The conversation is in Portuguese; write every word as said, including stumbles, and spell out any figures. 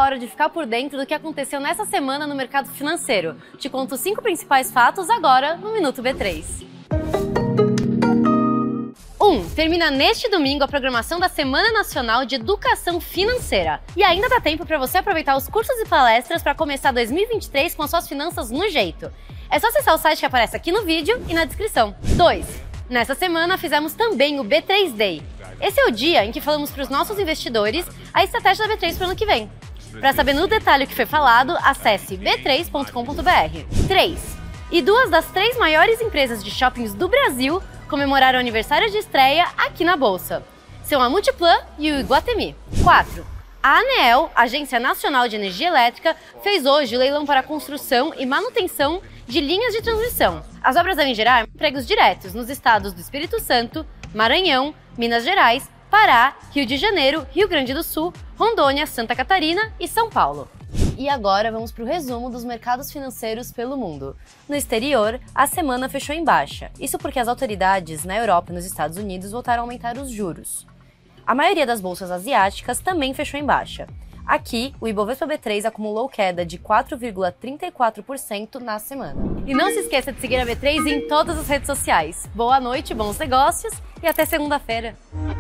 hora de ficar por dentro do que aconteceu nessa semana no mercado financeiro. Te conto os cinco principais fatos agora no Minuto B três. um. Termina neste domingo a programação da Semana Nacional de Educação Financeira. E ainda dá tempo para você aproveitar os cursos e palestras para começar dois mil e vinte e três com as suas finanças no jeito. É só acessar o site que aparece aqui no vídeo e na descrição. dois. Nessa semana fizemos também o B três Day. Esse é o dia em que falamos para os nossos investidores a estratégia da B três para o ano que vem. Para saber no detalhe o que foi falado, acesse b três ponto com ponto b r. três. E duas das três maiores empresas de shoppings do Brasil comemoraram o aniversário de estreia aqui na Bolsa. São a Multiplan e o Iguatemi. quatro. A ANEEL, Agência Nacional de Energia Elétrica, fez hoje o leilão para a construção e manutenção de linhas de transmissão. As obras devem gerar empregos diretos nos estados do Espírito Santo, Maranhão, Minas Gerais, Pará, Rio de Janeiro, Rio Grande do Sul, Rondônia, Santa Catarina e São Paulo. E agora vamos para o resumo dos mercados financeiros pelo mundo. No exterior, a semana fechou em baixa. Isso porque as autoridades na Europa e nos Estados Unidos voltaram a aumentar os juros. A maioria das bolsas asiáticas também fechou em baixa. Aqui, o Ibovespa B três acumulou queda de quatro vírgula trinta e quatro por cento na semana. E não se esqueça de seguir a B três em todas as redes sociais. Boa noite, bons negócios e até segunda-feira!